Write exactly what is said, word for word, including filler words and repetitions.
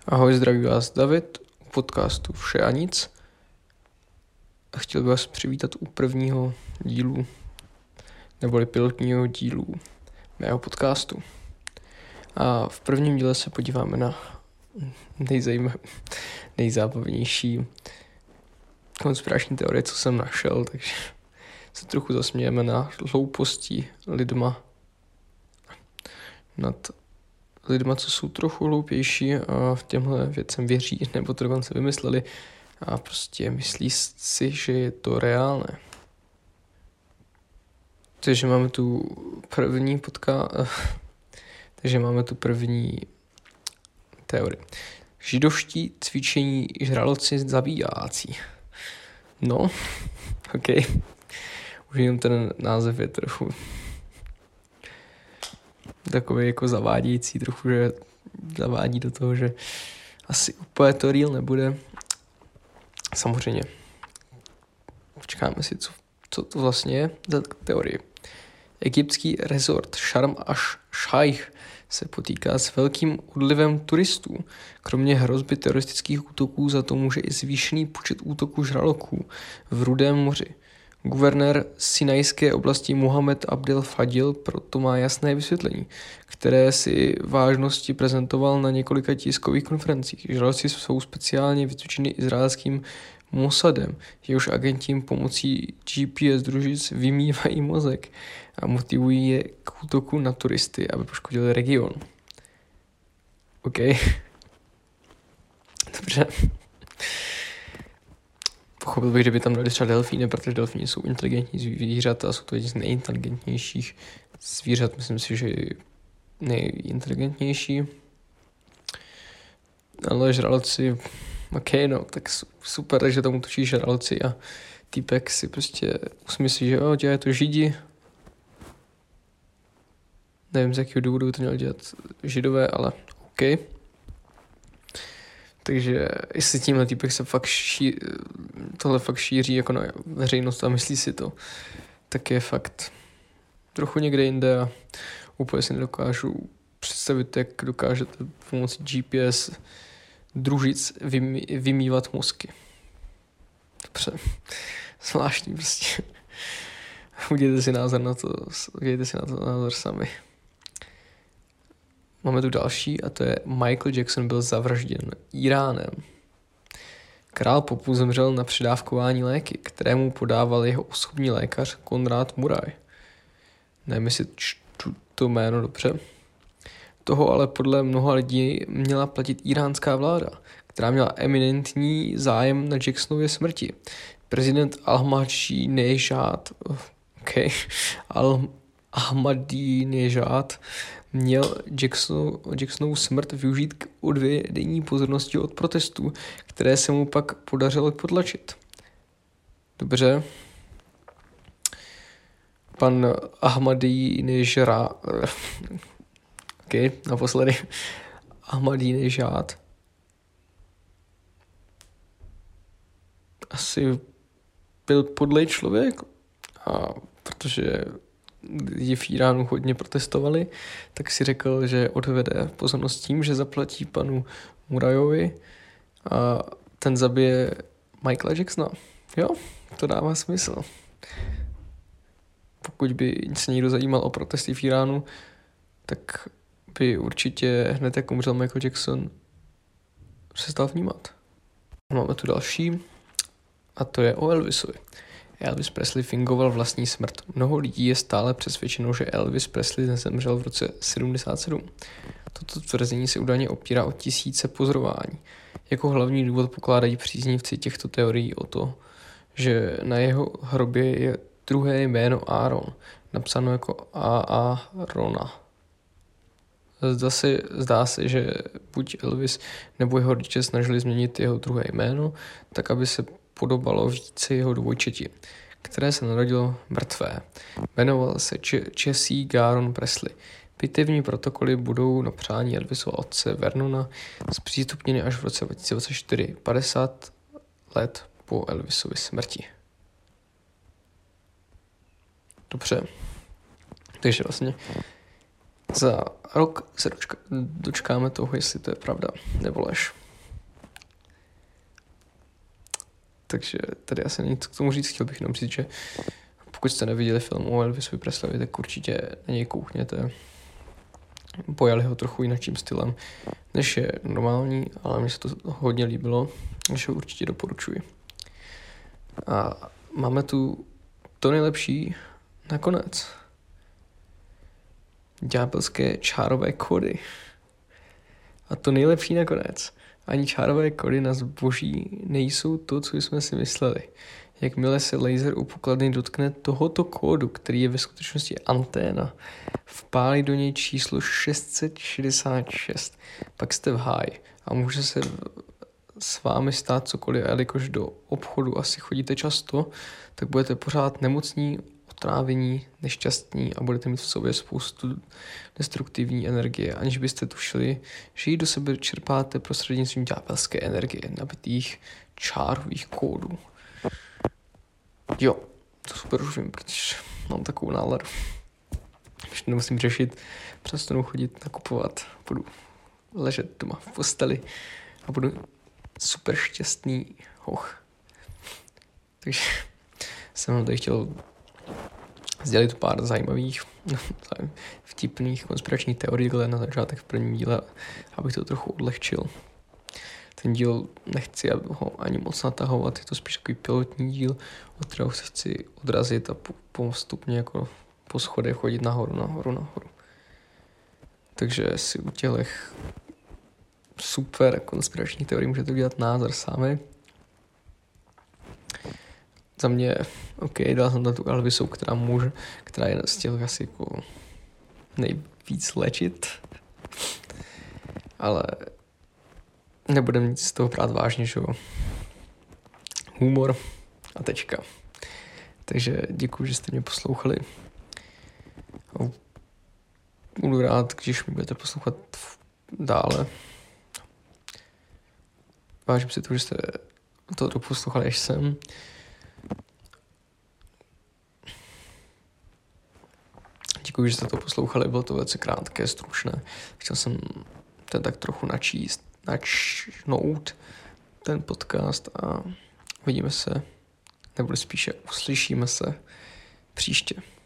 Ahoj, zdraví vás David u podcastu Vše a nic a chtěl bych vás přivítat u prvního dílu neboli pilotního dílu mého podcastu. A v prvním díle se podíváme na nejzajímav... nejzábavnější konspirační teorie, co jsem našel, takže se trochu zasmějeme na hlouposti lidma nad lidma, co jsou trochu hloupější a v těmhle věcem věří, nebo to dokonce vymysleli a prostě myslí si, že je to reálné. Takže máme tu první podka... Takže máme tu první teorii. Židovští cvičení žraloci zabíjácí. No, ok. Už jenom ten název je trochu takový jako zavádějící, trochu, že zavádí do toho, že asi úplně to real nebude. Samozřejmě. Počkáme si, co, co to vlastně je za teorie. Egyptský resort Sharm ash-Shaikh se potýká s velkým odlivem turistů. Kromě hrozby teroristických útoků za to může i zvýšený počet útoků žraloků v Rudém moři. Guvernér Sinajské oblasti Mohamed Abdel Fadil proto má jasné vysvětlení, které si vážnosti prezentoval na několika tiskových konferencích. Žraloci jsou speciálně vycvičeny izraelským Mossadem, jehož agenti pomocí G P S družic vymývají mozek a motivují je k útoku na turisty, aby poškodili region. OK. Dobře. Pochopil bych, že by tam dali třeba delfíny, protože delfíny jsou inteligentní zvířata a jsou to jedni z nejinteligentnějších zvířat. Myslím si, že nejinteligentnější. Ale žraloci, ok, no, tak super, že tam útočí žraloci a týpek si prostě usmyslí, že jo, dělají to židi. Nevím, z jakého důvodu to měl dělat židové, ale ok. Takže jestli tímhle týpek se fakt ší, tohle fakt šíří jako na veřejnost a myslí si to, tak je fakt trochu někde jinde a úplně si nedokážu představit, jak dokážete pomocí G P S družic vymý, vymývat mozky. Dobře, zvláštní prostě. Udějte si názor na to, udějte si na to názor sami. Máme tu další a to je Michael Jackson byl zavražděn Íránem. Král popu zemřel na předávkování léky, kterému podával jeho osobní lékař Konrad Muraj. Nevím, jestli čtu to jméno dobře. Toho ale podle mnoha lidí měla platit íránská vláda, která měla eminentní zájem na Jacksonově smrti. Prezident Ahmadinejad, okay, Al Ahmadinejad měl Jackson, Jacksonovu smrt využít k odvedení pozornosti od protestů, které se mu pak podařilo potlačit. Dobře. Pan Ahmadinejad, ok, naposledy, Ahmadinejad asi byl podlej člověk, a protože lidi v Iránu hodně protestovali, tak si řekl, že odvede pozornost tím, že zaplatí panu Murajovi a ten zabije Michaela Jacksona. Jo, to dává smysl. Pokud by se někdo zajímal o protesty v Iránu, tak by určitě hned jak umřel Michael Jackson se stal vnímat. Máme tu další a to je o Elvisovi. Elvis Presley fingoval vlastní smrt. Mnoho lidí je stále přesvědčeno, že Elvis Presley nezemřel v roce sedmdesát sedm. Toto tvrzení se údajně opírá o tisíce pozorování. Jako hlavní důvod pokládají příznivci těchto teorií o to, že na jeho hrobě je druhé jméno Aaron, napsáno jako A A Rona. Zdá se, zdá se, že buď Elvis nebo jeho rodiče snažili změnit jeho druhé jméno, tak aby se podobalo více jeho dvojčeti, které se narodilo mrtvé. Jmenoval se Jesse Garon Presley. Pitevní protokoly budou na přání Elvisova otce Vernona zpřístupněny až v roce dva tisíce dvacet čtyři, padesát let po Elvisově smrti. Dobře. Takže vlastně Za rok se dočka, dočkáme toho, jestli to je pravda nebo lež. Takže tady asi není co k tomu říct, chtěl bych jenom říct, že pokud jste neviděli film o Elvisovi Presleyovi, tak určitě na něj koukněte. Pojali ho trochu jinakým stylem, než je normální, ale mně se to hodně líbilo, takže ho určitě doporučuji. A máme tu to nejlepší nakonec. Ďábelské čárové kódy. A to nejlepší nakonec. Ani čárové kódy na zboží nejsou to, co jsme si mysleli. Jakmile se laser u pokladny dotkne tohoto kódu, který je ve skutečnosti anténa, vpálí do něj číslo šest set šedesát šest. Pak jste v háji a může se s vámi stát cokoliv, a jelikož do obchodu asi chodíte často, tak budete pořád nemocní, otrávení, nešťastní a budete mít v sobě spoustu destruktivní energie, aniž byste tušili, že ji do sebe čerpáte prostřednictvím ďábelské energie nabitých čárových kódů. Jo, to super už vím, protože mám takovou náladu. Už nemusím řešit, přestanu chodit nakupovat, budu ležet doma v posteli a budu super šťastný hoch. Takže jsem vám tady chtěl sdělit pár zajímavých, vtipných konspiračních teorií, ale na začátek v prvním díle, abych to trochu odlehčil. Ten díl nechci ho ani moc natahovat, je to spíš takový pilotní díl, od kterého se chci odrazit a postupně jako po schodech chodit nahoru, nahoru, nahoru. Takže si u těch super konspiračních teorií můžete udělat názor sami. Za mě, OK, dal jsem tam tu Elvisu, která může, která je z těch asi jako nejvíc léčit, ale nebudem nic z toho brát vážně, že jo. Humor a tečka. Takže děkuji, že jste mě poslouchali. Budu rád, když mi budete poslouchat dále. Vážím si to, že jste to doposlouchali až sem. Děkuji, že jste to poslouchali, bylo to velice krátké, stručné. Chtěl jsem ten tak trochu načíst, načnout ten podcast a vidíme se, nebo spíše uslyšíme se příště.